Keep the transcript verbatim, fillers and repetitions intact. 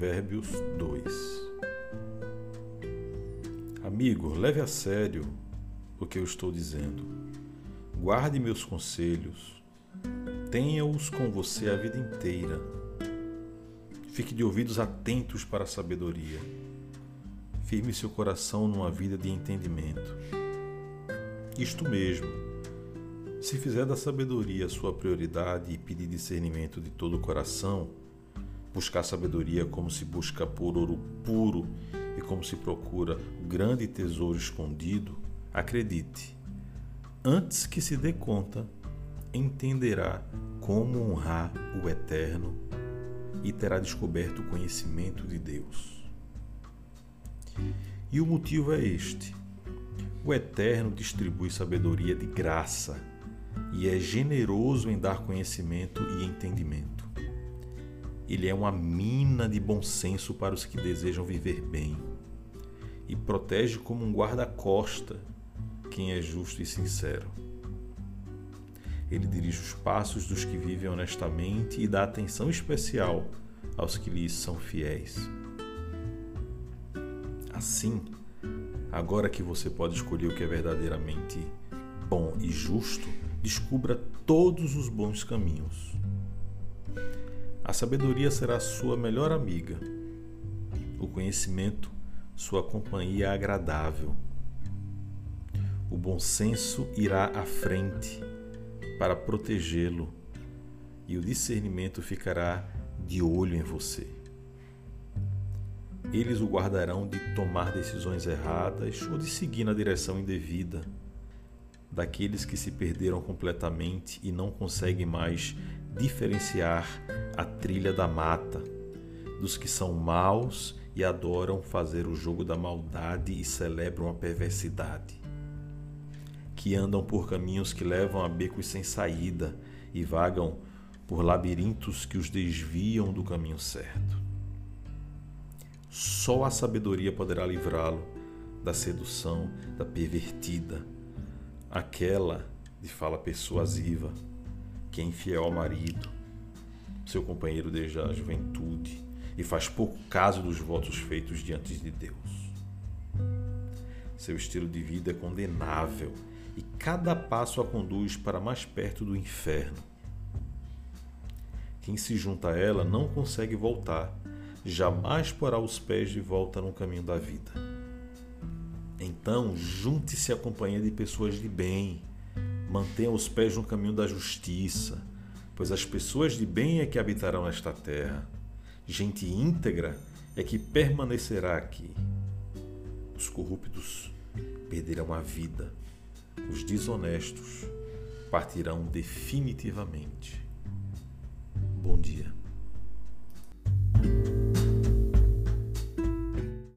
Provérbios dois. Amigo, leve a sério o que eu estou dizendo. Guarde meus conselhos. Tenha-os com você a vida inteira. Fique de ouvidos atentos para a sabedoria. Firme seu coração numa vida de entendimento. Isto mesmo, se fizer da sabedoria sua prioridade e pedir discernimento de todo o coração, buscar sabedoria como se busca por ouro puro e como se procura o grande tesouro escondido, acredite, antes que se dê conta, entenderá como honrar o Eterno e terá descoberto o conhecimento de Deus. E o motivo é este: o Eterno distribui sabedoria de graça e é generoso em dar conhecimento e entendimento. Ele é uma mina de bom senso para os que desejam viver bem e protege como um guarda-costa quem é justo e sincero. Ele dirige os passos dos que vivem honestamente e dá atenção especial aos que lhes são fiéis. Assim, agora que você pode escolher o que é verdadeiramente bom e justo, descubra todos os bons caminhos. A sabedoria será sua melhor amiga, o conhecimento sua companhia agradável. O bom senso irá à frente para protegê-lo e o discernimento ficará de olho em você. Eles o guardarão de tomar decisões erradas ou de seguir na direção indevida, daqueles que se perderam completamente e não conseguem mais diferenciar a trilha da mata, dos que são maus e adoram fazer o jogo da maldade e celebram a perversidade, que andam por caminhos que levam a becos sem saída e vagam por labirintos que os desviam do caminho certo. Só a sabedoria poderá livrá-lo da sedução da pervertida, aquela de fala persuasiva, que é infiel ao marido, seu companheiro desde a juventude, e faz pouco caso dos votos feitos diante de Deus. Seu estilo de vida é condenável e cada passo a conduz para mais perto do inferno. Quem se junta a ela não consegue voltar, jamais porá os pés de volta no caminho da vida. Então, junte-se à companhia de pessoas de bem, mantenha os pés no caminho da justiça, pois as pessoas de bem é que habitarão nesta terra. Gente íntegra é que permanecerá aqui. Os corruptos perderão a vida, os desonestos partirão definitivamente. Bom dia.